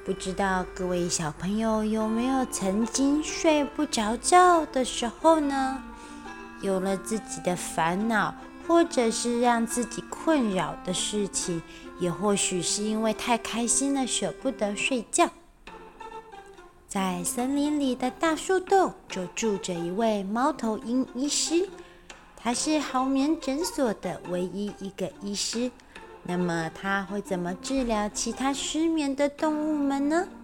不知道各位小朋友有没有曾经睡不着觉的时候呢？有了自己的烦恼，或者是让自己困扰的事情，也或许是因为太开心了，舍不得睡觉。在森林里的大树洞就住着一位猫头鹰医师，他是好眠诊所的唯一一个医师。那么他会怎么治疗其他失眠的动物们呢？